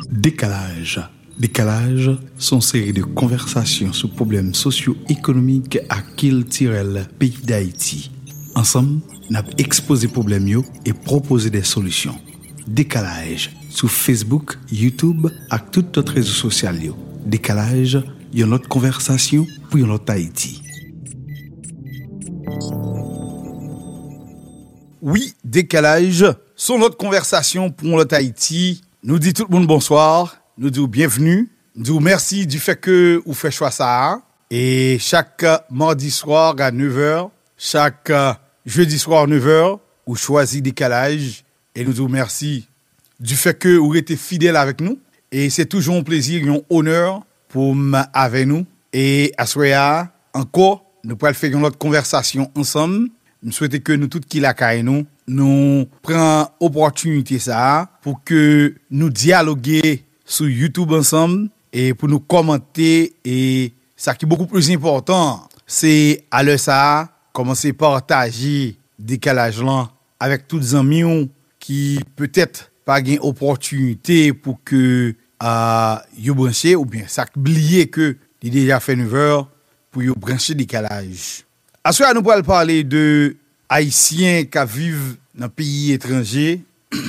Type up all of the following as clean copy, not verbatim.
Décalage. Décalage sont série de conversations sur problèmes socio-économiques à qui tire le pays d'Haïti. Ensemble, nous avons exposé les problèmes et proposé des solutions. Décalage sur Facebook, YouTube et toutes les réseaux sociaux. Décalage, il y a notre conversation pour notre Haïti. Oui, décalage, sur notre conversation pour notre Haïti. Nous dit tout le monde bonsoir, nous dit bienvenue, nous dit merci du fait que vous faites choix ça. Et chaque mardi soir à 9h, chaque jeudi soir à 9h, vous choisissez décalage. Et nous dit merci du fait que vous êtes fidèles avec nous. Et c'est toujours un plaisir et un honneur pour avec nous. Et à ce moment-là, encore, nous pourrons faire notre conversation ensemble. Nous souhaitons que nous tous qui la caille nous prenions opportunité ça pour que nous dialoguions sur YouTube ensemble et pour nous commenter. Et ça qui est beaucoup plus important, c'est à l'heure ça commencer à partager décalage là avec tous les amis qui peut-être pas gain opportunité pour que yo brancher ou bien ça oublier que il déjà fait 9h pour yo brancher décalage. À ce moment nous pourrons parler de Haïtiens qui vivent dans pays étrangers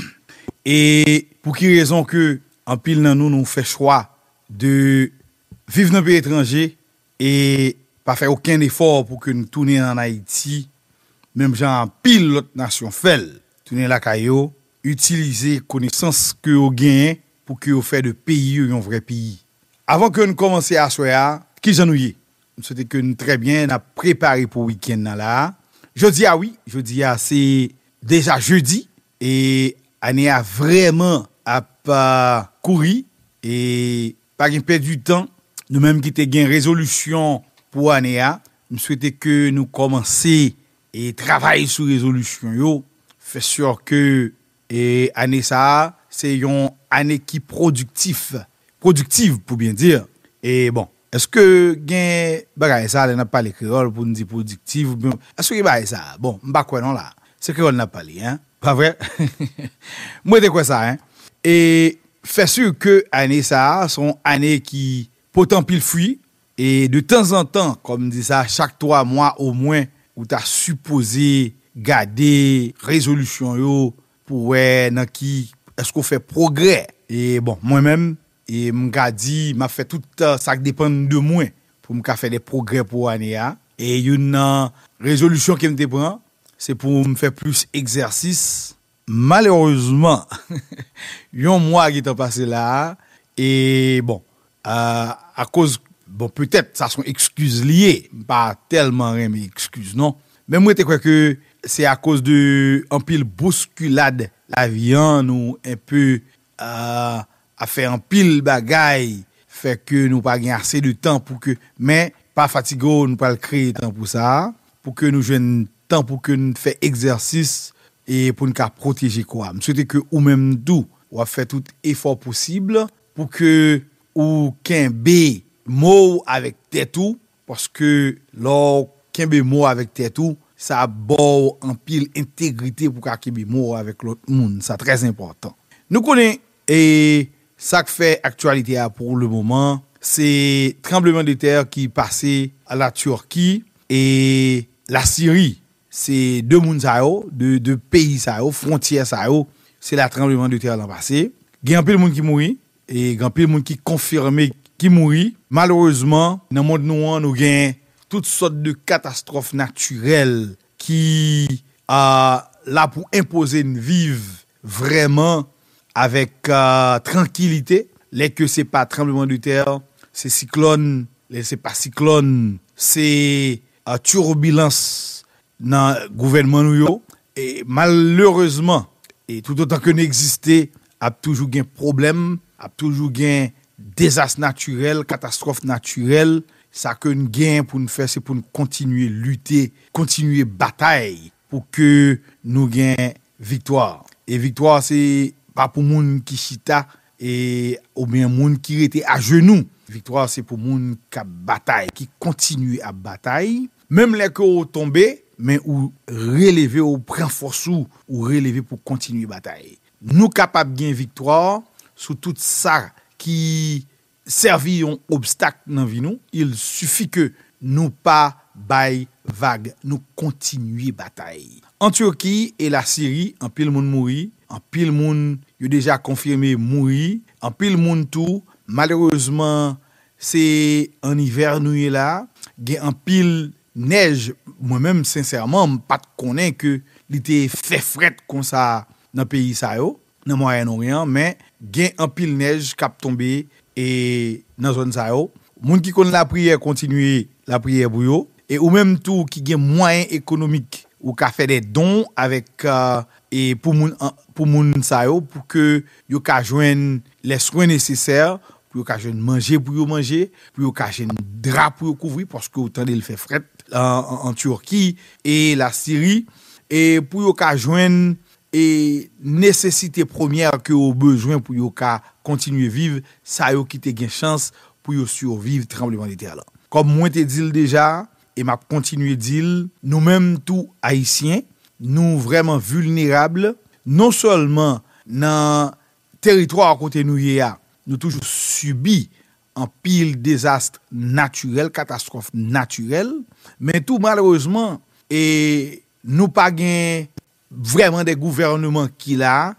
et pour quelle raison que en pile dans nous fait choix de vivre dans pays étranger et pas faire aucun effort pour que nous tourner en Haïti, même genre pile l'autre nation fait tourner la caillou, utiliser connaissance que vous gagnez pour que vous fait de pays un vrai pays. Avant que nous commencer à soir, qui j'en nous souhaite que nous très bien n'a préparé pour week-end là. Jeudi c'est déjà jeudi et année a vraiment a courir et pas perdre du temps. Nous même qui te gain résolution pour année a, nous souhaiter que nous commencer et travailler sur résolution yo, fait sûr que et année ça c'est une année qui productive pour bien dire. Et bon, est-ce que gain bagay ça n'a pas les créole pour nous dire productif ou bien est-ce que bagay ça bon m'pa quoi non là c'est créole n'a pas li hein pas vrai moi de quoi ça hein et fait sûr que année ça sont années qui potent pile fruit et de temps en temps comme dit ça chaque 3 mois au moins où tu as supposé garder résolution yo pour dans qui est-ce qu'on fait progrès et bon moi-même et m'ka dit m'a fait tout ça dépend de moi pour m'ka faire des progrès pour année a et une résolution qui me prend c'est pour me faire plus exercice malheureusement un mois qui est passé là et bon à cause bon peut-être ça sont excuses liées pas tellement rien mais excuses non mais moi je crois que c'est à cause de un pile bousculade la vie nous un peu à faire un pile bagaille fait que nous pas gagner assez de temps pour que mais pas fatigué nous pas créer temps pour ça pour que nous joigne temps pour que nous fait exercice et pour nous protéger quoi je souhaite que ou même tout ou fait tout effort possible pour que ou kembe mot avec tête tout parce que lors kembe mot avec tête tout ça bon en pile intégrité pour kembe mot avec l'autre monde ça très important nous connaissons et ça qui fait actualité pour le moment, c'est tremblement de terre qui passait à la Turquie et la Syrie. C'est deux pays frontières c'est la tremblement de terre l'an passé. Il y a un peu de monde qui mourit et il y a un peu de monde qui confirmé qui mourit. Malheureusement, dans le monde nous avons toutes sortes de catastrophes naturelles qui là pour imposer une vie vraiment avec tranquillité, les que c'est pas tremblement de terre, c'est cyclone, les c'est pas cyclone, c'est turbulence dans gouvernement nous et malheureusement et tout autant que n'exister a toujours gain problème, a toujours gain désastre naturel, catastrophe naturelle, ça que nous gain pour nous faire c'est pour nous continuer lutter, continuer bataille pour que nous gain victoire. Et victoire c'est pas pour moun qui chita et ou bien moun qui était à genoux. Victoire c'est pour moun qui bataille, qui continue à bataille, même les que tomber mais ou relever ou prendre force ou relever pour continuer bataille. Nous capable gain victoire sur tout ça qui servi un obstacle dans vie nous, il suffit que nous pas bay vague, nous continuer bataille. En Turquie et la Syrie, en pile moun mouri, en pile moun yo déjà confirmé mouri, en pile moun tout, malheureusement c'est en hiver nous est là, gen en pile neige, moi-même sincèrement pas connais que l'été fait fret comme ça dans pays ça yo, dans Moyen-Orient, mais gen en pile neige k'ap tomber et dans zone ça yo. Moun qui connaît la prière continuer la prière pour yo et ou même tout qui gen moyen économique ou ka fait des dons avec et pour moun ça yo pour que yo ka joindre les soins nécessaires pour yo ka joindre manger pour yo manger, pour yo ka joindre drap pour yo couvrir parce que autant il fait fret en Turquie et la Syrie et pour yo ka joindre et nécessité première que au besoin pour yo ka continuer vivre ça yo qui te gen chance pour yo survivre tremblement de terre là. Comme moi te dit déjà et m'a continuer dire nous-mêmes tout haïtiens nous vraiment vulnérables non seulement dans territoire à côté nous ya nous toujours subi en pile désastre naturel catastrophe naturelle mais tout malheureusement et nous pas gain vraiment des gouvernements qui a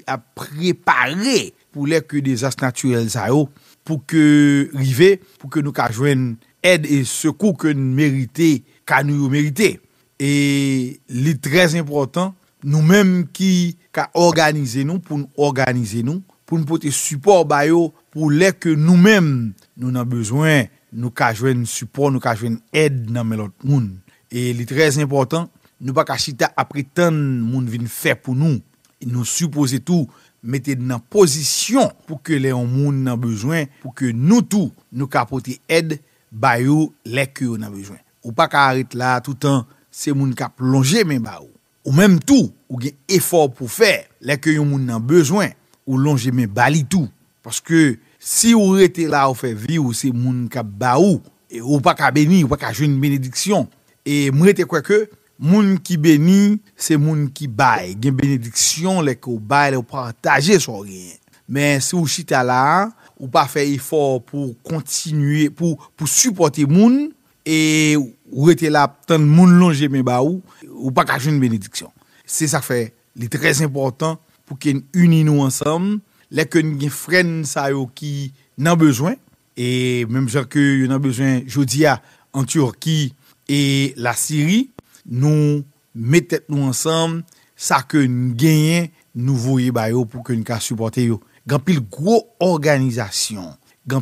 préparé pour les que désastres naturels ça yo pour que river pour que nous ka joindre aide et secours que nous mériter qu'a nous mériter et li très important nous-mêmes qui ka organiser nous pour nous porter support ba yo pour les que nous-mêmes nous avons besoin nous ka joindre support nous ka joindre aide dans l'autre monde et li très important nous pas ka chita après tant monde vinn faire pour nous nous supposer tout mettre dans position pour que les monde n'a besoin pour que nous tout nous ka porter aide ba yo les que on a besoin ou pas ka arrêter là tout temps c'est moun ka plonger men ba ou même tout ou gen effort pour faire les que yon moun n'a besoin ou longer men bali tout parce que si ou rete là ou fait vie ou c'est moun ka ba ou pas ka béni ou pas ka joindre bénédiction et moi rete quoi que moun qui béni c'est moun qui bail gen bénédiction les que bail ou partager son rien mais si ou chita là ou pas faire effort pour continuer pour supporter moun et ou rete là tant moun longer men ba ou pas ka joindre bénédiction c'est ça fait il est très important pour qu'on unisse nous ensemble les que nous frères ça yo qui n'ont besoin et même gens que yo n'ont besoin jodia en Turquie et la Syrie nous mettons nous ensemble ça que nous gagnons nous voyer ba yo pour que nous ka supporter yo grand pile gros organisation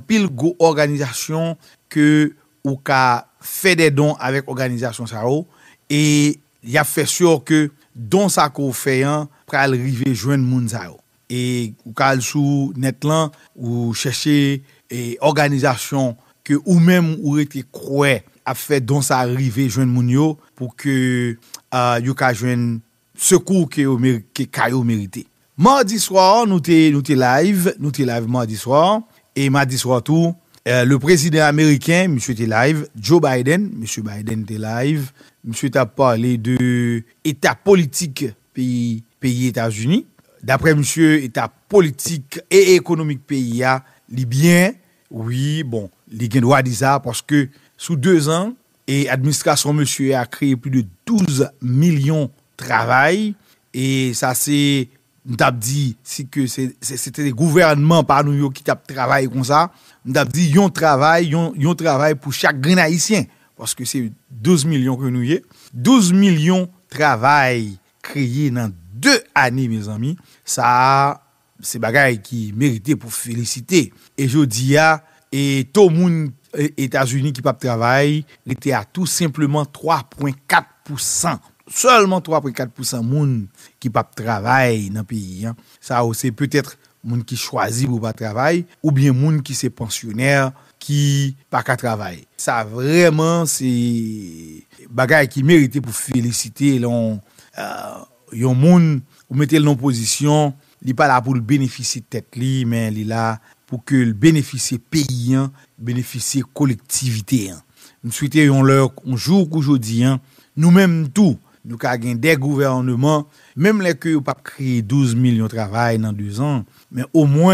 que ou ka fait des dons avec organisation ça et il a fait sûr que don ça qu'on fait pral river joindre moun ça et ou kal sou net lan ou chercher et organisation que ou même ou été croire a fait don ça river joindre moun yo pour que yo ka joindre secours que yo mérité. Mardi soir nous te live mardi soir et mardi soir tout le président américain monsieur te live Joe Biden monsieur Biden te live monsieur t'a parlé de état politique pays États-Unis d'après monsieur état politique et économique pays a li bien oui bon li gen droit dire ça parce que sous 2 ans et administration monsieur a créé plus de 12 millions de travail et ça c'est m't'a dit si que c'était des gouvernements par nous qui t'a travaillé comme ça m't'a dit yon travail pour chaque grain haïtien parce que c'est 12 millions que nous y 12 millions travail créé dans 2 années mes amis ça c'est bagaille qui mérité pour féliciter et je dis et tout monde États-Unis qui pas travail était à tout simplement 3.4%. Seulement 3.4% moun qui pas travail dans pays ça c'est peut-être moun qui choisi pour pas travail ou bien moun qui c'est pensionnaire qui pas qu'à travail ça vraiment c'est bagaille qui mérite pour féliciter yon moun ou mettre en position il pas là pour le bénéficier de tête li mais il là pour que le bénéficier pays bénéficier collectivité nous souhaitons leur un jour qu'aujourd'hui nous même tout nous ka gen des gouvernements même les que pas créer 12 millions de travail dans 2 ans mais au moins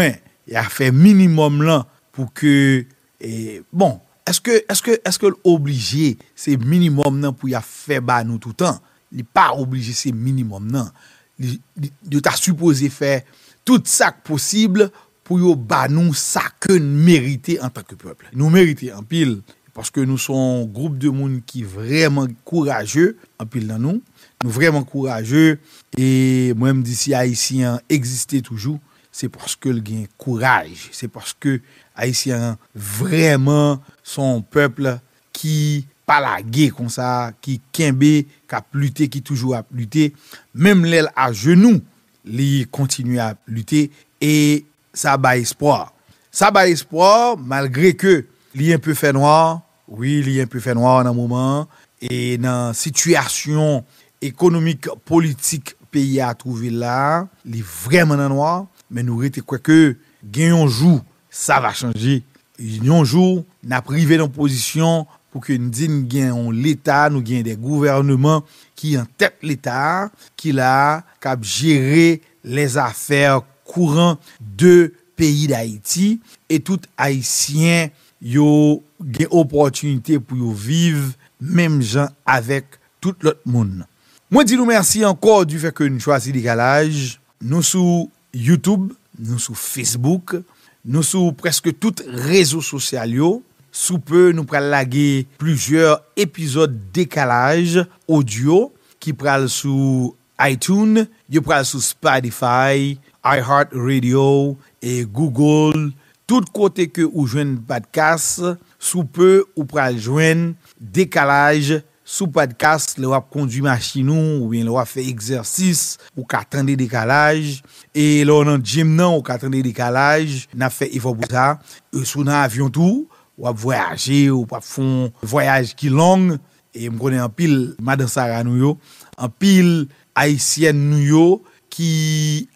il a fait minimum là pour que bon, est-ce que obligé c'est minimum là pour y a fait ba nous tout le temps? Il pas obligé c'est minimum non. Il t'a supposé faire tout ça possible pour yo ba nous ça que nous mériter en tant que peuple. Nous mériter en pile parce que nous sommes un groupe de monde qui vraiment courageux en pile dans nous vraiment courageux et moi-même d'ici haïtien exister toujours, c'est parce que le gain courage, c'est parce que haïtien vraiment son peuple qui pas la guerre comme ça, qui kembe, qui a lutté, qui toujours a lutté, même l'aile à genoux, li continue à lutter et ça ba espoir. Ça ba espoir malgré que li un peu fait noir, oui, li un peu fait noir dans moment et dans situation économique politique pays a trouvé là, li vraiment dans noir, mais nous rete quoi que gagnons jour, ça va changer. Un jour, n'a privé dans position pour que nous gagnons l'État, nous gagnons des gouvernements qui en tête l'État, qui là cap gérer les affaires courantes de pays d'Haïti et tout haïtien yo gen opportunité pour yo vivre même gens avec tout l'autre monde. Moi dis nous merci encore du fait que nous choisi Décalage, nous sur YouTube, nous sur Facebook, nous sur presque tous réseaux sociaux. Sous peu nous pral laguer plusieurs épisodes Décalage audio qui pral sur iTunes, yo pral sur Spotify, iHeartRadio et Google, tout côté que ou joindre podcast, sous peu ou pral joindre Décalage sous podcast, le wap conduit machine ou bien le wap fait exercice ou qu'attendre Décalage et là on gym nan ou qu'attendre Décalage, n'a fait effort pour ça, sous nan avion tout ou voyager ou pas font voyage qui long et me connais en pile madame Sarah nou yo en pile haïtienne nou yo qui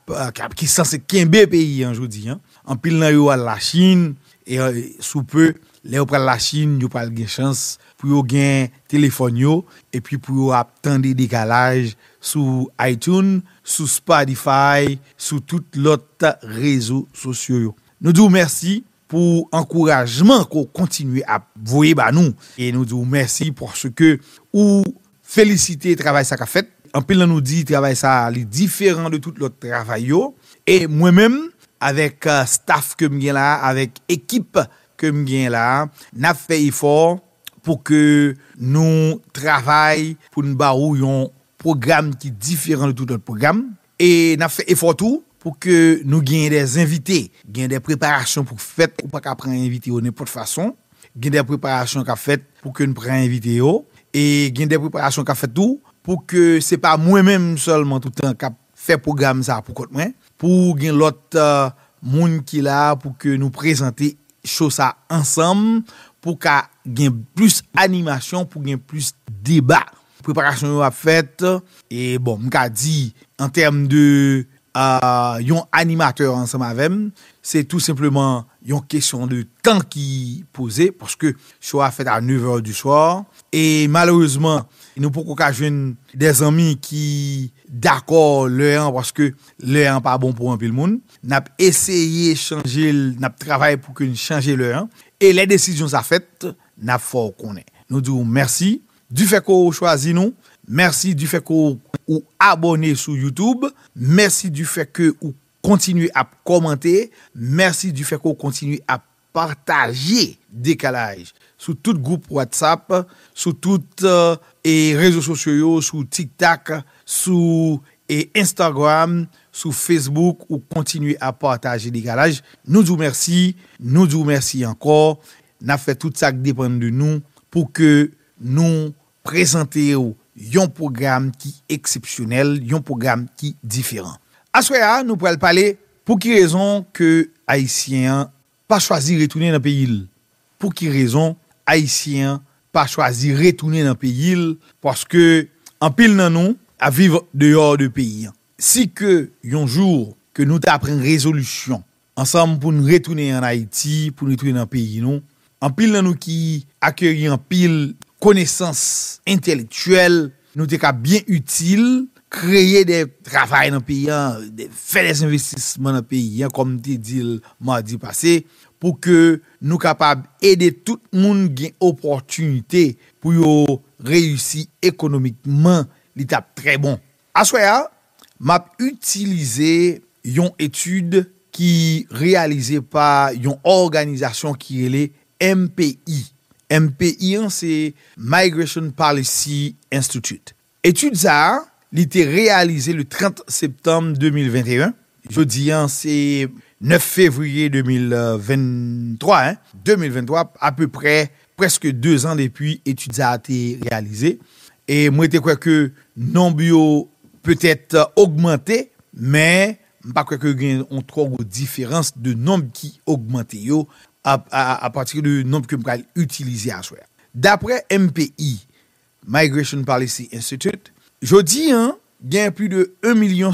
censé kembe pays aujourd'hui en pile nan yo à la Chine et sous peu les prend la Chine yo pas gen chance pour yo gen téléphone yo et puis pour yo attendre Décalage sur iTunes, sur Spotify, sur tout l'autre réseaux sociaux yo. Nous disons merci pour encouragement qu'on continue à voyer ba nous et nous disons merci pour ce que ou féliciter travail ça qu'a fait en pile nous dit travail ça est différent de tout l'autre travail yo et moi-même avec staff que m'gen là avec équipe que m'gen là n'a fait effort pour que nous travaille pour nous ba un programme qui est différent de tout autre programme et n'a fait effort tout pour que nous gagnions des invités, gagnions des préparations pour fête ou pas qu'à prendre invité ou n'importe façon, gagnions des préparations qu'a fait pour que nous prenions invité et gagnions des préparations qu'a fait tout pour que c'est pas moi-même seulement tout le temps qu'a fait programme ça pour côté moi, pour gagner l'autre monde qui là pour que nous présenter chose ça ensemble pour qu'a gagner plus animation, pour gagner plus débat. Préparation a faite et bon, m'ka dit en termes de yon animateur ensemble avec, c'est tout simplement une question de temps qui posé parce que show a fait à 9h du soir et malheureusement nous pouvons pas joindre des amis qui d'accord l'heure parce que l'heure pas bon pour un peu le monde. N'a essayé changer, n'a travaillé pour que nous changer l'heure et les décisions ça fait n'a fort connaît. Nous disons merci du fait qu'on choisit nous. Merci du fait que vous abonnez sur YouTube. Merci du fait que vous continuez à commenter. Merci du fait que vous continuez à partager Décalage sur tout groupe WhatsApp, sur tout réseaux sociaux, sur TikTok, sur Instagram, sur Facebook, ou continuez à partager Décalage. Nous vous remercie encore. Nous avons fait tout ça qui dépend de nous pour que nous présentions un programme qui est exceptionnel, un programme qui est différent. À ce moment-là, nous pourrons parler pour qui raison que Haïtiens pas choisi retourner dans le pays. Pour qui raison Haïtiens pas choisi retourner dans le pays parce que en pile nan nous à vivre dehors de pays. Si que un jour que nous t'apprendre résolution ensemble pour nous retourner en Haïti, pour nous retourner dans le pays nous, en pile nan nous qui accueillir en pile connaissance intellectuelle nous t'es bien utile créer des travail dans le pays, faire des investissements dans le pays, comme tu dis le mardi passé, pour que nous capables d'aider tout le monde à une opportunité pour réussir économiquement, l'étape très bon. À ce moment-là, m'a utilisé une étude qui réalisée par une organisation qui est le MPI. MPI, c'est Migration Policy Institute. Étude ça, il était réalisée le 30 septembre 2021. Jeudi, c'est 9 février 2023. 2023, à peu près, presque 2 ans depuis, étude ça a été réalisée. Et moi, je crois que nombre peut-être augmenté, mais je ne crois pas qu'il y ait une trop grande différence de nombre qui augmente à partir du nombre que je vais utiliser à soi. D'après MPI, Migration Policy Institute, je dis, il y a plus de 1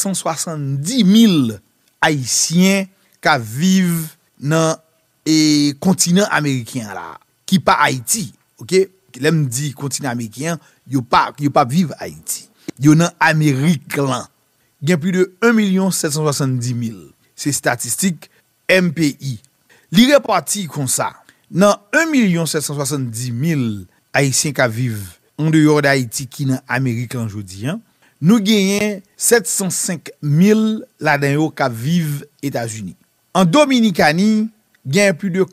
770 000 Haïtiens qui vivent dans le continent américain, là, qui pas Haïti. Ok? L'aime dit continent américain, yo pas vivre Haïti. Yo dans Amérique là. Il y a plus de 1 770 000. C'est statistique MPI. Li reparti comme ça. Dans 1 770 000 Haïtiens qui vivent en dehors d'Haïti qui dans Amérique là aujourd'hui, nous gagnons 705 000 là-dedans qui vivent aux États-Unis. En Dominicanie, il y a plus de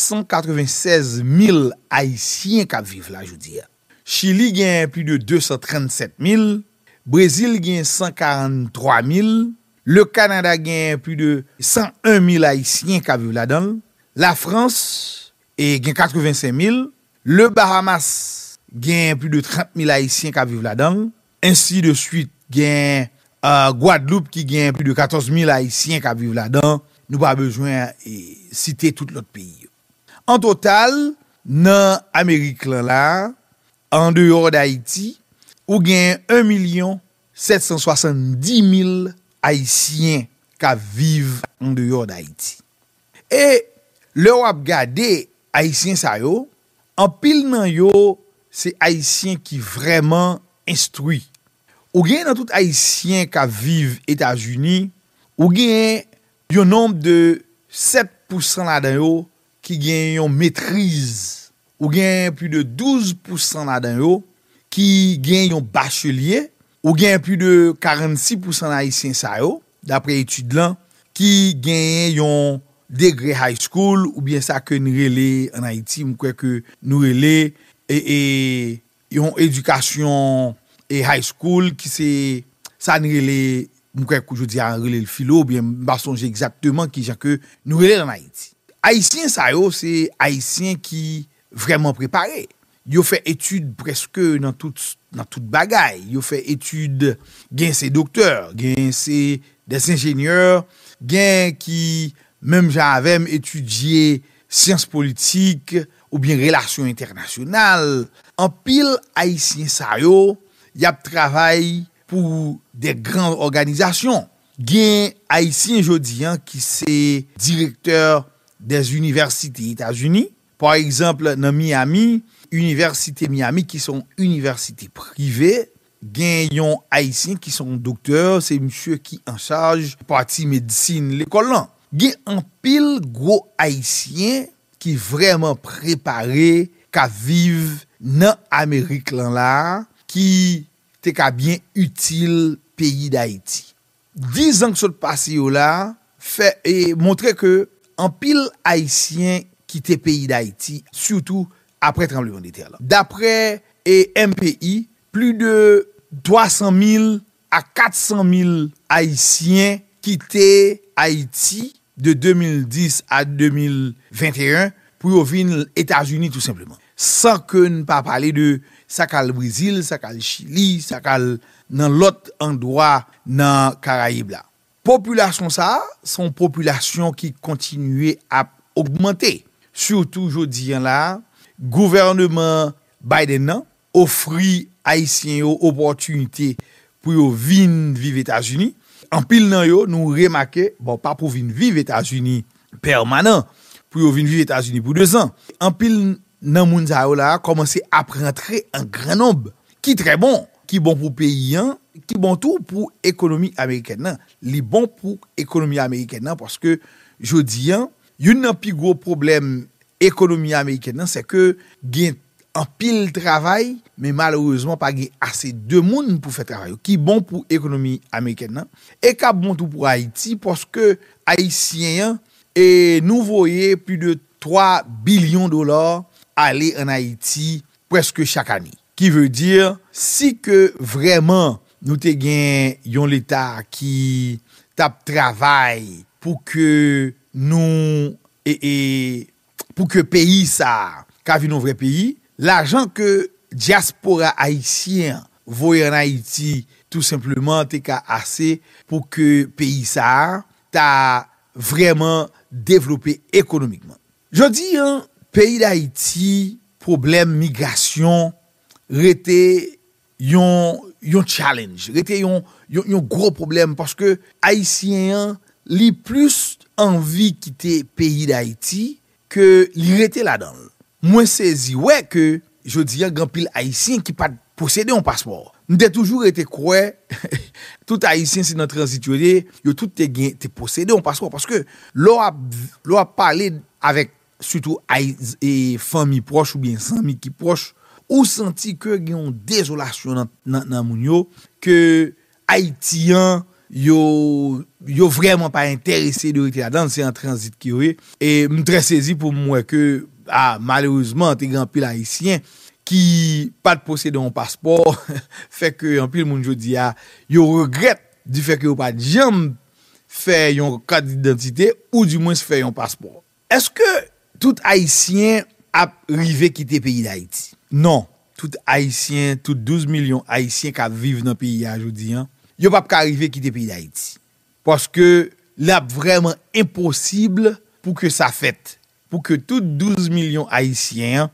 496 000 Haïtiens qui vivent là aujourd'hui. Chili il y a plus de 237 000, Brésil il y a 143 000, le Canada il y a plus de 101 000 Haïtiens qui vivent là-dedans, la France il y a 85 000, le Bahamas il y a plus de 30 000 Haïtiens qui vivent là-dedans, ainsi de suite il y a Guadeloupe qui a plus de 14 000 Haïtiens qui vivent là-dedans. Nous pas besoin de citer tout l'autre pays. En total, dans l'Amérique là, en dehors d'Haïti, ou gain 1 770 000 Haïtiens qui vivent en dehors d'Haïti. Et le wap gade Haïtiens sa yo, en pile nan yo, c'est Haïtiens qui vraiment instruit. Ou gain dans tout Haïtien qui vivent aux États-Unis, ou gain un nombre de 7% là-dedans qui gagne une maîtrise, ou gagne plus de 12% là-dedans qui gagne un bachelier, ou gagne plus de 46% d'Haïtiens ça yo, d'après études là, qui gagne un degré high school ou bien ça que nous relais en Haïti, moi crois que nous relais et une éducation et high school qui c'est ça nous relais moi que je dis en relais le philo bien pas songer exactement qui genre que nous relais en Haïti. Haïtien ça yo c'est haïtien qui vraiment préparé. Yo fait études presque dans toute bagaille. Yo fait études gain c'est docteur, gain c'est des ingénieurs, gain qui même j'avais étudié sciences politiques ou bien relations internationales. En pile haïtien ça yo, y a travail pour des grandes organisations. Gain haïtien jodi qui c'est directeur des universités États-Unis. Par exemple, dans Miami, Université Miami qui sont universités privées, gain yon haïtien qui sont docteurs, c'est monsieur qui en charge partie médecine l'école là. Gain un pile gros haïtien qui vraiment préparé qu'à vivre dans Amérique là qui te ka bien utile pays d'Haïti. 10 ans que ça passé là fait et montrer que en pile haïtien qui te pays d'Haïti surtout après tremblement de terre. D'après MPI, plus de 300 000 à 400 000 haïtiens quittent Haïti de 2010 à 2021 pour venir aux États-Unis tout simplement. Sans que nous pas parler de ça le Brésil, ça le Chili, ça dans l'autre endroit dans Caraïbes là. Population ça, sont population qui continuait à augmenter. Surtout aujourd'hui là, gouvernement Biden offre haïtiens opportunité pour venir vivre aux États-Unis. En pile nan yo nous remarquer bon pas pour venir vivre aux États-Unis permanent, pour venir vivre aux États-Unis pour 2 ans. En pile nan moun sa yo là commencer à rentrer en grand nombre qui très bon, qui bon pour pays qui bon tout pour économie américaine nan. Li bon pour économie américaine nan parce que je dis une nan plus gros problème économie américaine nan, c'est que gen en pile travail mais malheureusement pas gen assez de monde pour faire travail qui bon pour économie américaine nan et ka bon tout pour Haïti parce que haïtien et nous voyons plus de 3 billions de dollars aller en Haïti presque chaque année. Qui veut dire, si que vraiment nous te gen yon l'État qui tape travail pour que nous pour que pays ça ka vi non vrai pays, l'argent que diaspora haïtien voye en Haïti tout simplement te ka assez pour que pays ça ta vraiment développé économiquement. Je dis pays d'Haïti problème migration rete yon challenge, rete yon gros problème parce que haïtien li plus envie quitter pays d'Haïti que li rete là-dedans. Moi saisi ouais que je dis grand pile haïtien qui pas posséder un passeport. M'te toujours été quoi tout haïtien c'est dans transit yo tout te posséder un passeport parce que l'on a parlé avec surtout et famille proche ou bien amis qui proche ou senti que gen désolation dans moun yo que haïtien yo vraiment pas intéressé de rester là-dedans, c'est en transit qui yo et me très saisi pour moi que malheureusement te grand pile haïtien qui pas de posséder un passeport fait que en pile moun jodi yo regrette du fait que yo pas jamais fait un carte d'identité ou du moins fait un passeport. Est-ce que tout haïtien a rivé quitter pays d'Haïti? Non, tout haïtien, tout 12 millions haïtiens qui vivent dans le pays aujourd'hui, yo pas arriver quitter pays d'Haïti parce que là vraiment impossible pour que ça fait pour que tout 12 millions haïtiens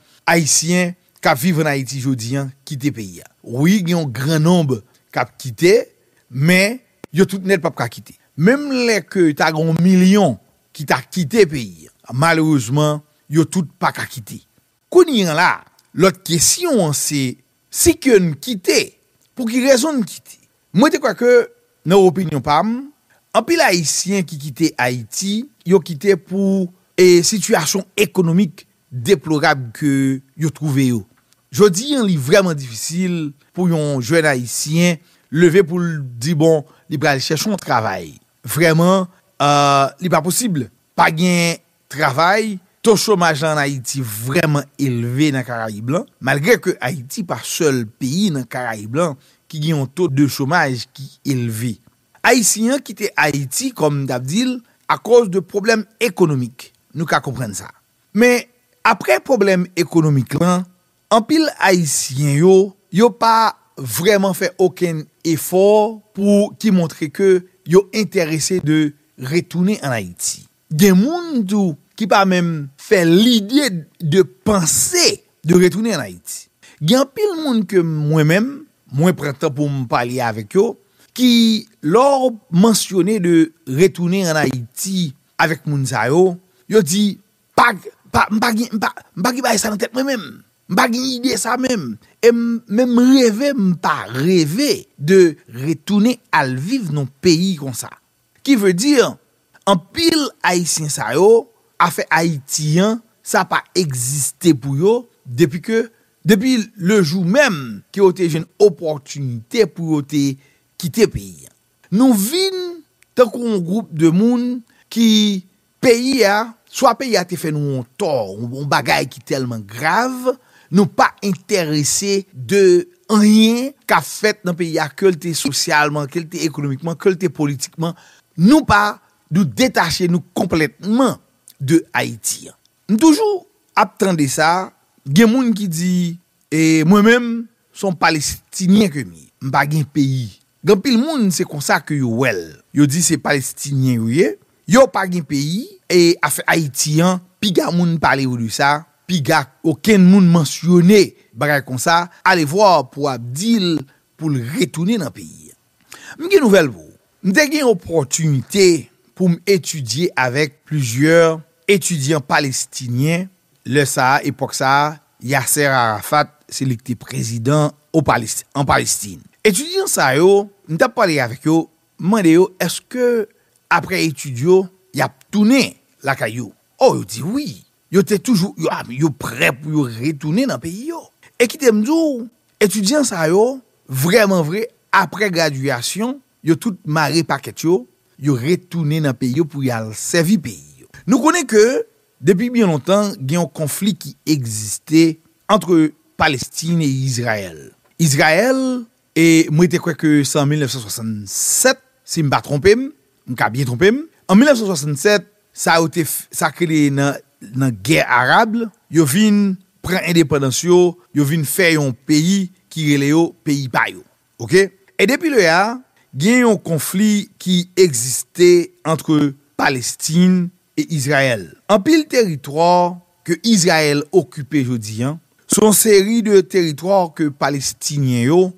qui vivent en Haïti aujourd'hui quitter pays. Oui, il y a un grand nombre qui quitté mais yo tout net pas quitter. Même les que tu as un million qui t'a quitté pays. Malheureusement, yo tout pas quitter. Kounyan là, l'autre question c'est si que nous quitter, pour qui raison nous quitter? Moi je crois que dans opinion pam, en pile haïtien qui quitte Haïti, yo quitté pour situation économique déplorable que yo trouvé yo. Jodi il est vraiment difficile pour un jeune haïtien lever pour dire bon, il va chercher un travail. Vraiment il pas possible. Pas gain travail, taux chômage en Haïti vraiment élevé dans Caraïbes blanc, malgré que Haïti pas seul pays dans Caraïbes blanc qui a un taux de chômage qui élevé. Haïtiens quittent Haïti comme d'Abdil à cause de problèmes économiques. Nous ka comprendre ça. Mais après problème économique là, en pile haïtien yo pas vraiment fait aucun effort pour qui montrer que yo intéressé de retourner en Haïti. Gen moun qui pas même fait l'idée de penser de retourner en Haïti. Gen pile moun que moi-même, moi prends temps pour me parler avec eux, qui leur mentionné de retourner en Haïti avec moun sa yo dit pas ça dans tête moi-même. M'pa gen idée ça même et même rêver de retourner à vivre dans pays comme ça. Qui veut dire en pile haïtien ça yo a fait haïtien ça pas existé pour yo depuis le jour même qui ont une opportunité pour quitter pays. Nous vinn tant qu'on groupe de monde qui pays a soit pays a te fait nous un tort, un bagage qui tellement grave, nous pas intéressés de rien qu'a fait dans pays a que le socialement, que le économiquement, que le politiquement, nous pas nous détacher nous complètement de Haïti. Nous toujours attendre ça, gen moun qui dit et moi-même sont palestiniens que mi, m'pa gen pays. Gen pile moun c'est comme ça que yo well. Yo dit c'est palestinien yo pas gen pays et affaire haïtien, pi ga moun parler de ça, pi ga aucun moun mentionné bagay comme ça, allez voir pour Abdil pour retourner dans pays. M'gen nouvelle vous. M'te gen opportunité pour étudier avec plusieurs étudiants palestiniens. Le ça époque ça Yasser Arafat c'est le président en Palestine. Étudiants ça yo, m't'a parlé avec yo, mandé yo est-ce que après étudio, y a tourné la caillou. Oh, yo dit oui. Yo était toujours yo prêt pour yo retourner dans pays yo. Et qui t'aime dire étudiants ça yo, vraiment vrai après graduation, yo tout maré paquet yo retourné dans pays yo pour y aller servir pays yo. Nous connaissons que depuis bien longtemps, il y a un conflit qui existait entre Palestine et Israël. Israël, et moi je crois que c'est en 1967, si je ne me trompe pas, je me bien trompé. En 1967, ça a créé dans la guerre arabe, yo vinn prendre indépendance yo vinn faire un pays qui relé yo pays pa yo. OK? Et depuis le ya, il y a un conflit qui existait entre Palestine et Israël. En pile territoire que Israël occupait jodi son série de territoires que Palestiniens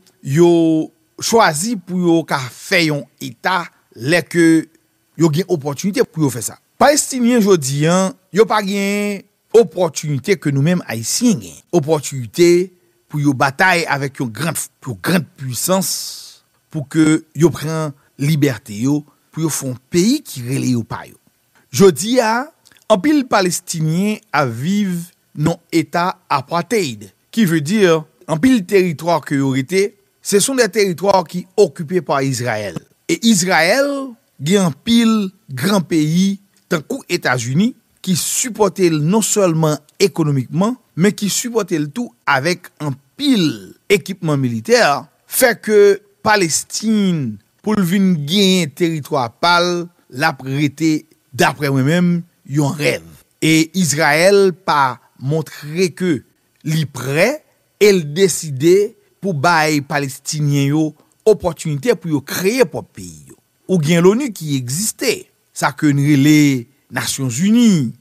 yo choisi pour yo ka faire un état les que yo gen opportunité pour yo faire ça. Palestiniens jodi yo pas gen opportunité que nous-mêmes haïtiens gen. Opportunité pour yo bataille avec une grande puissance pour que yo prend liberté yo pour yo font pays qui relé yo pa yo. Jodi en pile palestinien à vivre non état apartheid qui veut dire en pile territoire que yo été, ce sont des territoires qui occupés par Israël. Et Israël gen en pile grand pays tant que États-Unis qui supportait non seulement économiquement mais qui supportait le tout avec un pile équipement militaire fait que Palestine pour vinn gagner territoire pal l'a prêté d'après moi-même yon rêve. Et Israël pas montré que li prêt et le décider pour bailler palestinien yo opportunité pour yo créer propre pays yo. Ou bien l'ONU qui existait, ça que les Nations Unies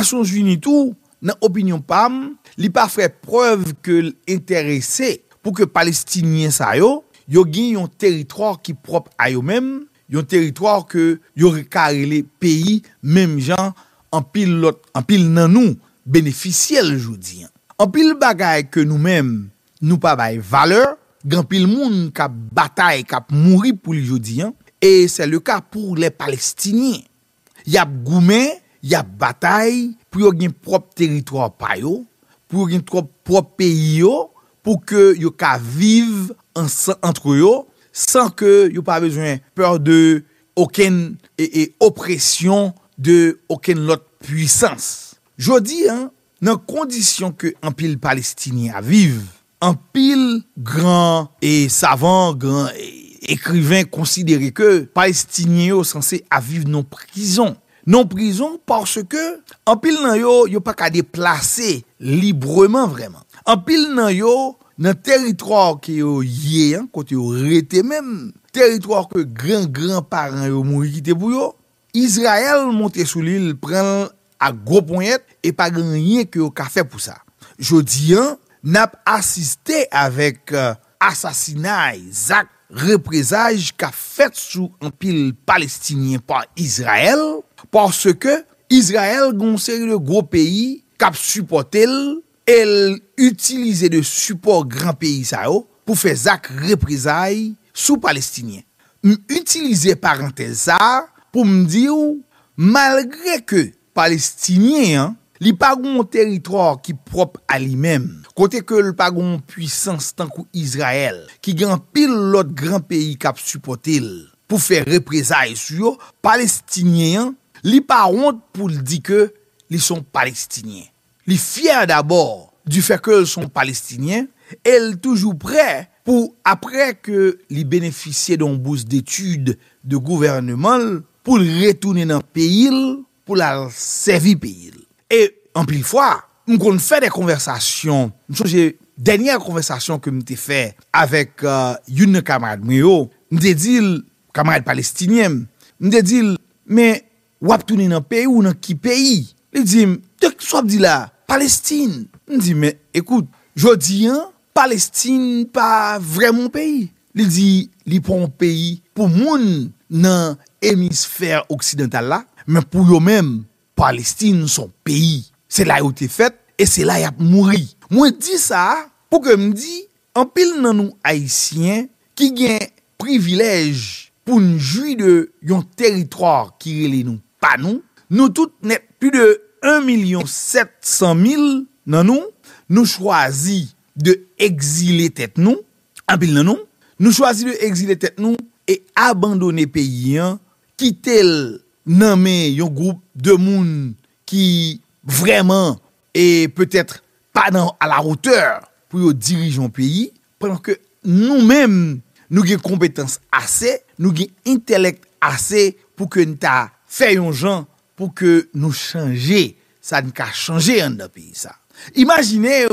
tout dans opinion pam, li pas fait preuve que intéressé pour que palestinien ça yo gagne un territoire qui propre à eux même, un territoire que yo carré pays même gens en pile nan nous bénéficier le jodi. En pile bagay que nous-mêmes nous pas bay valeur, grand pile monde qui bataille qui mourir pour le jodi et c'est le cas pour les Palestiniens. Y a goumé, y a bataille pour yo gen propre territoire pa yo, pour gen propre pays yo, pour que yo ka vivre entre yo sans que yo pas besoin peur de aucune oppression de aucune autre puissance. Jodi dans condition que un pile palestinien vivent, un pile grand et savant grand écrivain considéré que palestinien sont censés à vivre non prison parce que en pile nan yo pas qu'à déplacer librement vraiment. En pile nan yo dans territoire qui yo yé côté yo rete même territoire que grand parents yo mouri quitter pour yo, Israël monte sous l'île prend à gros poignette et pas rien que yo ka fait pour ça. Jodi n'a assisté avec assassinat Zach représailles qu'a fait sous un pile palestinien par Israël parce que Israël gon série de gros pays qu'a supporté elle utiliser de support grand pays ça pour faire Zach représailles sous palestinien. Utiliser parenthèse ça pour me dire malgré que palestinien li pa gon territoire qui propre à lui-même côté que le pa gon puissance tant que Israël qui grand pile l'autre grand pays qui a supporté pour faire représailles sur palestinien li pa honte pour dire que ils sont palestiniens li fier d'abord du fait que ils sont palestiniens et toujours prêt pour après que li bénéficier d'un bourse d'études de gouvernement pour retourner dans pays pour la servir pays. Et en pile fois, on fait des conversations. J'ai dernière conversation que m'te fait avec une camarade moi, m'te dit camarade palestinien, m'te dit mais ou tourner dans pays ou dans qui pays? Il dit soit dit là Palestine. Me dit mais écoute, jodi Palestine pas vraiment pays. Il dit li pour un pays pour moun dans hémisphère occidental là, mais pour eux même Palestine son pays. C'est là où t'es fait et c'est là y a mouri. Moi dis ça pour que me dit en pile nan nous haïtiens qui gen privilège pour nous jouir de un territoire qui relè nous pas nous toutes net plus de 1,7 million nous choisi de exiler tête nous en pile nan nous choisi de exiler tête nous et abandonner pays quitter nan men yon groupe de moun qui vraiment et peut-être pas à la hauteur pour diriger un pays pendant que nous-mêmes nous avons compétences assez, nous avons intellect assez pour que nous fassions gens pour que nous changions, ça nous a changé dans le pays ça. Imaginez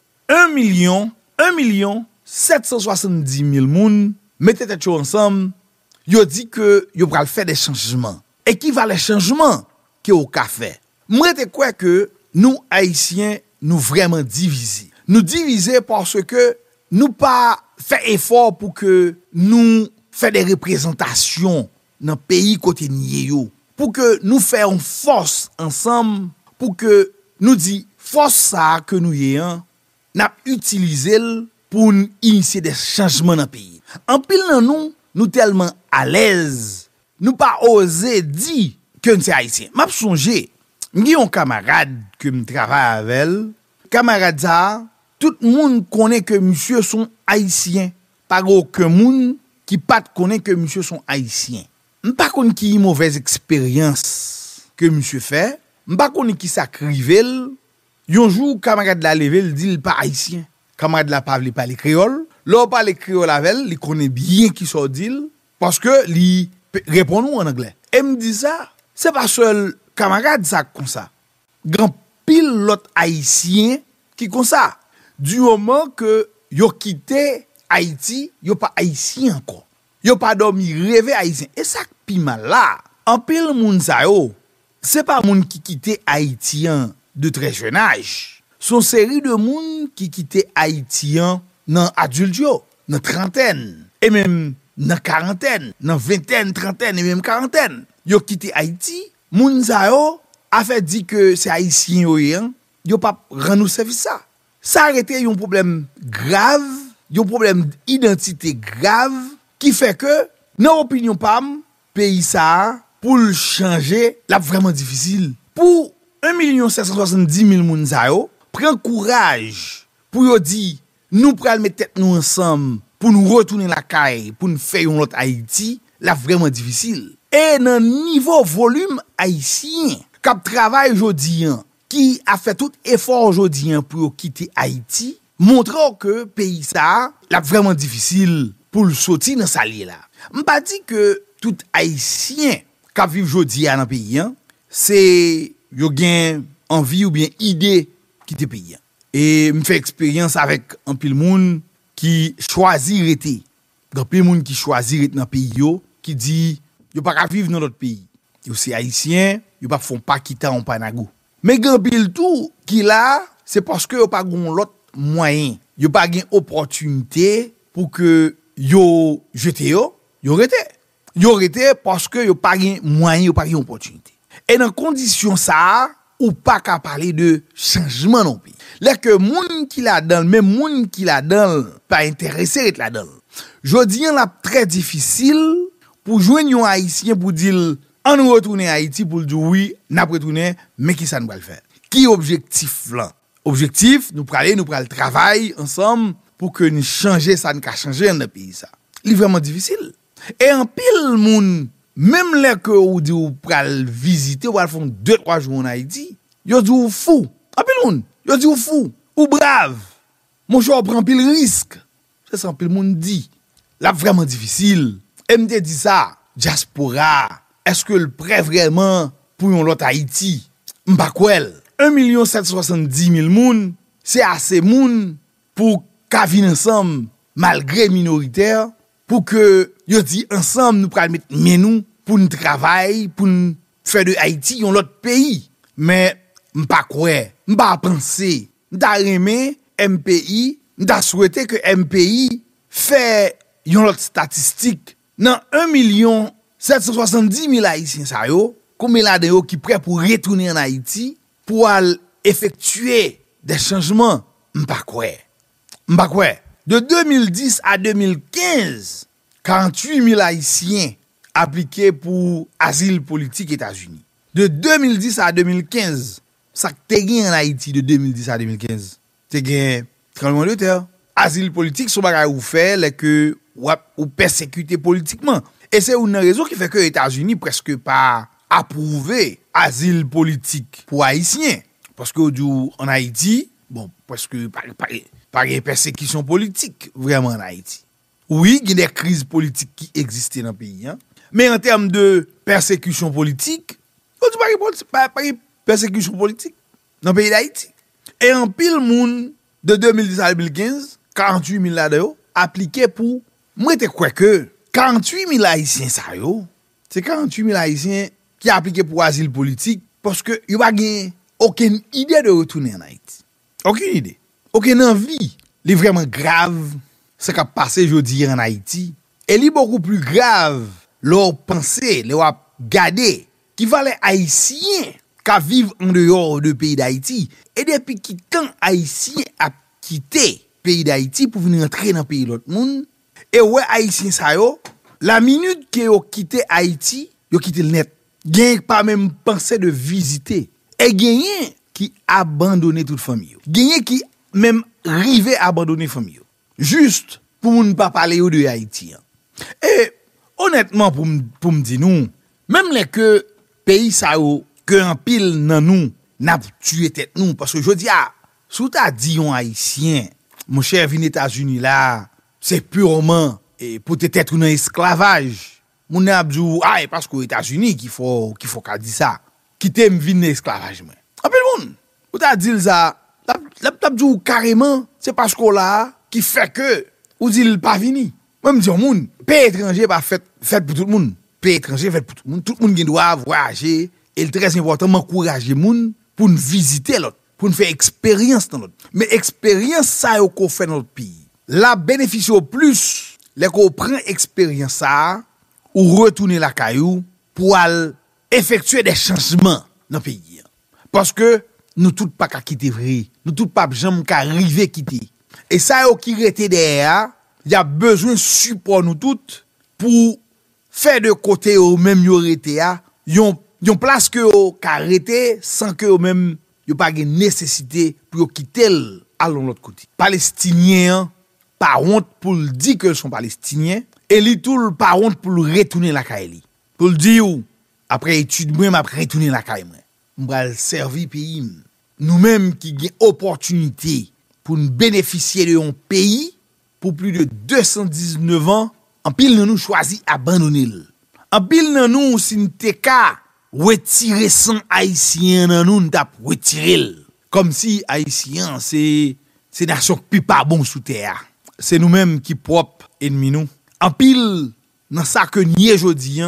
1,770,000 moun mettez tête ensemble, yo dit que yo pral faire des changements. Et qui va les changements que au fait. Moi te quoi que nous haïtiens nous vraiment divisés. Nous divisés parce que nous pas fait effort pour que nous fait des représentations dans pays côté yo, pour que nous fassions force ensemble pour que nous dit force ça que nous ayons n'a utilisé pour initier des changements dans le pays. En pile nous tellement à l'aise, nous pas oser dire que nous sommes haïtiens. M'a songé, j'ai un camarade que me travaille avec, camarade ça, tout le monde connaît que monsieur sont haïtiens. Pas aucun monde qui pas connaît que monsieur sont haïtiens. M'pas connait qui mauvaise expérience que monsieur fait, m'pas connait qui ça crivel. Un jour camarade la levé, il dit il pas haïtien. Camarade la parle pas les créole. Là parle créole avec, il connaît bien qui ça dit parce que il répond nous en anglais. Et me dit ça, c'est pas seul camarade ça comme ça. Grand pile l'autre haïtien qui comme ça. Du moment que yo quitté Haïti, yo pas haïtien encore. Yo pas dormi rêver haïtien. Et ça pi mal là. En pile moun sa yo, c'est pas moun qui quitté haïtien de très jeune âge. Son série de moun qui quitté haïtien dans adulte yo, dans trentaine et même dans quarantaine, dans vingtaine, trentaine et même quarantaine. Yo quitté Haïti, moun sa yo a fait dit que c'est haïtien yo pas rend nous service ça. Ça arrêté un problème grave, un problème d'identité grave qui fait que dans opinion pam pays ça pour le changer là vraiment difficile. Pour 1,770,000 moun sa yo, prend courage pour yo di nous pral mettre tête nous ensemble pour nous retourner la caille pour nous faire un autre Haïti, là vraiment difficile. Et dans niveau volume haïtien cap travail jodi qui a fait tout effort aujourd'hui pour quitter Haïti, montrant que pays ça là vraiment difficile pour le sortir dans sa lié là. M'pas dit que tout haïtien qui vivent aujourd'hui dans pays c'est yo gen envie ou bien idée quitter pays. Et me fait expérience avec un pile monde qui choisit rester. Grand pile monde qui choisit rester dans pays yo qui dit yo pas vivre dans notre pays. Yo c'est haïtien, yo pas font pas quitter en Panagou. Mais grand pile tout qui là, c'est parce que yo pas gon l'autre moyen. Yo pas gen opportunité pour que yo jete yo rete. Yo rete parce que yo pas gen moyen, yo pas gen opportunité. Et dans condition ça, ou pas qu'à parler de changement non pays. Là que moun qui la dans même moun qui la dans pas intéressé être là dedans. Jodi là très difficile pour joindre un haïtien pour dire on retourner Haïti pour dire oui, n'a retourner mais qui ça nous va le faire. Qui objectif là? Objectif nous pral travailler ensemble pour que nous changer ça nous changer dans le pays ça. Il est vraiment difficile. Et en pile moun même là que ou dit ou pral visiter ou pral faire 2-3 jours en Haïti, yo dit ou fou. En pile moun, yo dit ou fou, ou brave. Mon choix prend pile risque. C'est ça en pile moun dit. Là vraiment difficile. MD dit ça, diaspora, est-ce que le prêt vraiment pour un l'autre Haïti? M'pa kwel. 1,770,000 moun, c'est assez moun pour ka vin ensemble malgré minoritaire pour que yo dit ensemble nous pral mettre nous pour nous travailler pour nous faire de Haïti un autre pays. Mais m'pa kwe, m'pa penser, m'ta remé MPI, m'ta souhaité que MPI fait une autre statistique dans 1,770,000 haïtiens ça yo, combien là de qui prêt pour retourner en Haïti pour effectuer des changements. M'pa kwe. De 2010 à 2015, 48 000 Haïtiens appliqués pour asile politique États-Unis. De 2010 à 2015, ça te gagné en Haïti de 2010 à 2015. Te gagné tremblement de terre. Asile politique, son bagay ou fait, les que ou persécuté politiquement. Et c'est une raison qui fait que les États-Unis presque pas approuvé asile politique pour Haïtiens. Parce que en Haïti, bon, presque pas de persécution politique vraiment en Haïti. Oui, il y a des crises politiques qui existent dans le pays. Hein? Mais en termes de persécution politique, il n'y a pas de persécution politique dans le pays d'Haïti. Et en pile monde de 2010 à 2015, 48 000 là-dedans, appliqué pour... Moi, je crois que 48 000 Haïtiens, ça yo, c'est 48 000 Haïtiens qui appliqué pour asile politique parce que ils n'ont aucune idée de retourner en Haïti. Aucune idée. Aucune envie. C'est vraiment grave ce qui a passé aujourd'hui en Haïti. Et c'est beaucoup plus grave leur pensée, leur garder qui valait Haïtiens qui vivent en dehors du pays d'Haïti. Et depuis quand Haïtiens a quitté le pays d'Haïti pour venir entrer dans le pays de l'autre monde. Et ouais, Haïtiens, ça yo, la minute que yo quitté Haïti, yo quitté le net. Gen pas même pensé de visiter. Et gen qui abandonné toute famille. Gen qui même rivé abandonner famille. Juste pour ne pas parler de Haïti. Et honnêtement, pour me dire nous, même les que pays ça yo, que en pile nan nous, n'a tué tête nous. Parce que je dis, sous ta dit un Haïtien, mon cher vin États-Unis là, c'est purement peut-être un esclavage. Mon abdou parce qu'aux États-Unis qu'il faut qu'a dit ça. Quitter me vinn esclavage moi. En plus monde, ou t'a dit ça, l'abdou carrément, c'est parce qu'on là qui fait que ou dit il pas vini. Moi me dis monde, pays étranger pas fait pour tout le monde. Pays étranger fait pour tout le monde. Tout le monde qui doit voyager et le très important m'encourager monde pour nous visiter l'autre, pour nous faire expérience dans l'autre. Mais expérience ça qu'on fait dans notre pays. La bénéficie au plus, les qu'on prend expérience ça, ou retourner la caillou, pour effectuer des changements dans le pays. Parce que nous tous pas qu'à quitter vrai, nous tous pas jamais qu'à arriver quitter. Et ça qui rete derrière, il y a besoin de support nous toutes pour faire de côté au même yo rete a, yon place que au arrêter sans que au même yo pas de nécessité pour quitter allons l'autre côté. Palestiniens pas honte pour le dire que sont palestiniens et li tout pas honte pour le retourner la caille. Pour le dire après étude moi après retourner la caille moi. M'bral servir pays nous-mêmes qui gain opportunité pour nous bénéficier de un pays pour plus de 219 ans en pile nous choisi abandonner. En pile nous si nous te ka retirer sans haïtien dans nous t'a retirer comme si haïtien c'est nation qui pas bon sous terre. C'est nous-mêmes qui propre ennemi nous. En pile dans ça que nié jodi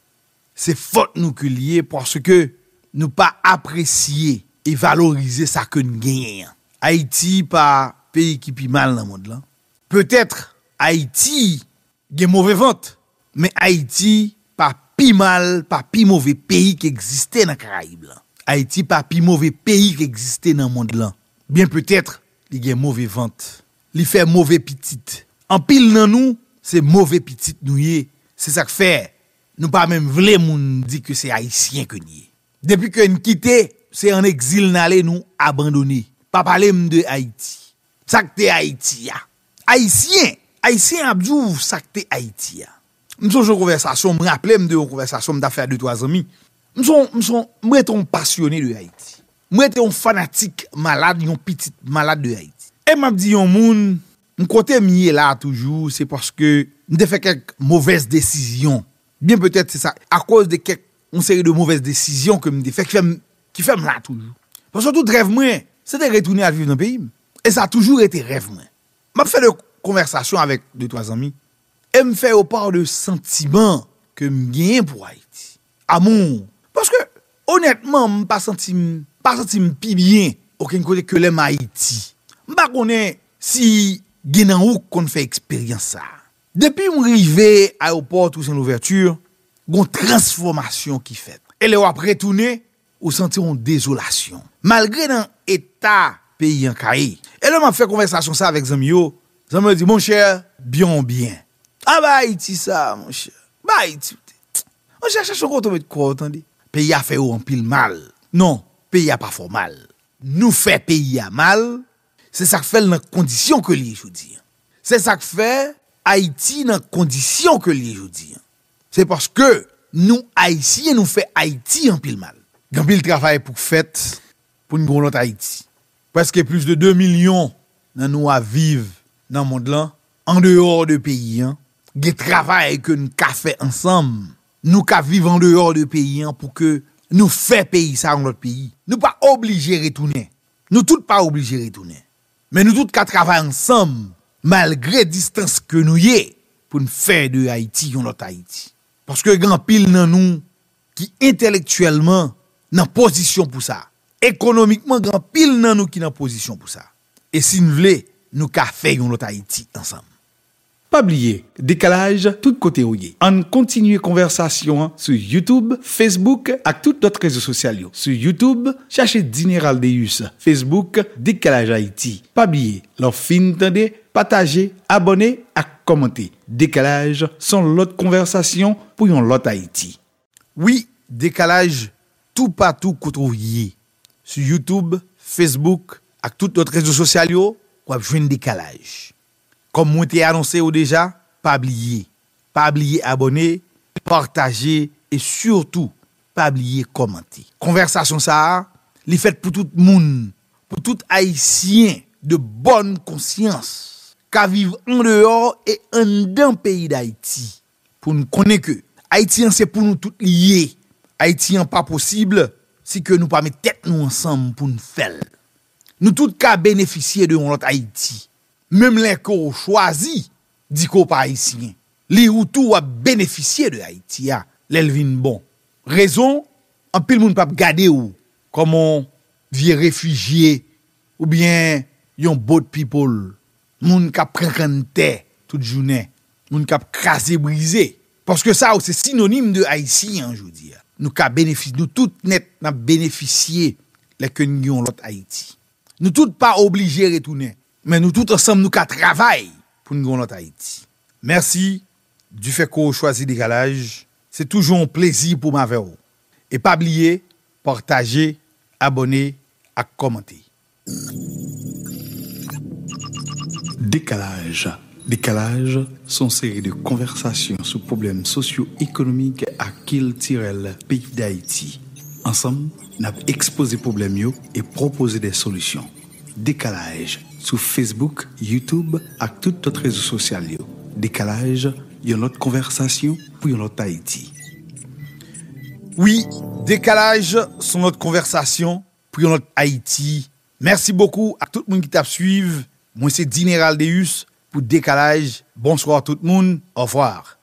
c'est faute nous que lié parce que nous pas apprécier et valoriser ça que nous gagnons. Haïti pas pays qui pi mal dans le monde là. Peut-être Haïti gen mauvais vente, mais Haïti pas pi mal, pas pi mauvais pays qui existait dans Caraïbes là. Haïti pas pi mauvais pays qui existait dans le monde là. Bien peut-être il gen mauvais vente. Il fait mauvais petite. En pile dans nous, c'est mauvais petite nous yé. C'est ça que fait. Nous pas même vle moun dit que c'est haïtien que nié. Depuis que nous quitté, c'est en exil n'aller nous abandonner. Pas parler de Haïti. Ça que t'es Haïti ya. Haïtien abdou ça que t'es Haïti ya. M'son une conversation, me rappeler de une conversation d'affaire de 3 amis. M'son étant passionné de Haïti. Moi étant fanatique malade, yon petite malade de Haïti. Et m'a dit yon moun, m'kote mié là toujours, c'est parce que m'te fait quelques mauvaises décisions. Bien peut-être c'est ça, à cause de quelques une série de mauvaises décisions que m'te fait qui fait là toujours. Parce que tout rêve moi, c'est de retourner à vivre dans le pays. Et ça a toujours été rêve moi. M'a fait de conversation avec 2-3 amis et me fait au part de sentiments que m'gagne pour Haïti. Amour. Parce que honnêtement, m'pas senti pi bien aucun côté que l'aime Haïti. M'pas connaît si gen ou qu'on fait expérience ça. Depuis m'rivé à aéroport ou son ouverture, gon transformation qui fait. Et le après retourner ou sentir une désolation. Malgré dans état pays en caille. Et là m'a fait conversation ça avec Zamio, Ça me dit, mon cher, bien. Ah bah Haïti ça, mon cher. Bah Haïti. On cherche encore de quoi, attendez. Pays a fait en pile mal. Non, pays a pas fait mal. Nous fait pays a mal. C'est ça que fait dans condition que li aujourd'hui. C'est ça que fait Haïti dans condition que li aujourd'hui. C'est parce que nous Haïtiens nous fait Haïti en pile mal. Grand pile travail pour fête pour nous notre Haïti. Presque plus de 2 millions dans nous à vivre dans le monde là en dehors de pays hein. Des travail que nous ka fait ensemble. Nous ka vivre en dehors de pays hein, pour que nous fait pays ça dans notre pays. Nous pas obligés de retourner. Nous tous pas obligés de retourner. Mais nous tous ka travailler ensemble malgré distance que nous y est pour nous faire de Haïti notre Haïti. Parce que grand pile dans nous qui intellectuellement dans position pour ça. Économiquement grand pile dans nous qui dans position pour ça. Et si nous voulons nous ka faire notre Haïti ensemble. Pas oublier, décalage tout côté où y. On continue conversation sur YouTube, Facebook et tous d'autres réseaux sociaux. Sur YouTube, cherchez Dineral Deus, Facebook Décalage Haïti. Pas oublier, leur fin tendez, partager, abonner et commenter. Décalage sont l'autre conversation pour yon l'autre Haïti. Oui, décalage tout partout qu'on y. Sur YouTube, Facebook et tous d'autres réseaux sociaux, on va jouer décalage. Comme moi t'ai annoncé déjà, pas oublier abonner, partager et surtout pas oublier commenter. Conversation ça, li fait pour tout monde, pour tout haïtien de bonne conscience, qui vivent en dehors et en dedans pays d'Haïti. Pour nous connaître que haïtien c'est pour nous tous liés. Haïtien pas possible si que nous pas mettre tête nous ensemble pour nous faire. Nous tous qu'à bénéficier de notre Haïti. Même les qu'on choisi, dit qu'on pas haïtien. Les ou tout a bénéficié de Haïti, l'elvin bon. Raison, en pile moun pas garder ou, comme on vieux réfugié, ou bien, yon boat people, moun kap prekante toute journée, moun kap krasé brisé. Parce que ça, c'est synonyme de haïtien, je veux dire. Nous ka bénéficié, nous tout net, n'a bénéficié, les que nous yon l'autre Haïti. Nous tout pas obligés de retourner. Mais nous tous ensemble, nous qu'à travailler pour nous notre Haïti. Merci du fait qu'on choisit décalage. C'est toujours un plaisir pour ma verre. Et pas oublier, partager, abonner et commenter. Décalage. Décalage sont série de conversations sur problèmes socio-économiques à qu'il tirel pays d'Haïti. Ensemble, nous avons exposé les problèmes et proposé des solutions. Décalage sur Facebook, YouTube et tous les réseaux sociaux. Décalage, il y a notre conversation pour notre Haïti. Oui, décalage sur notre conversation pour notre Haïti. Merci beaucoup à tout le monde qui t'a suivi. Moi c'est Dineral Deus pour décalage. Bonsoir tout le monde. Au revoir.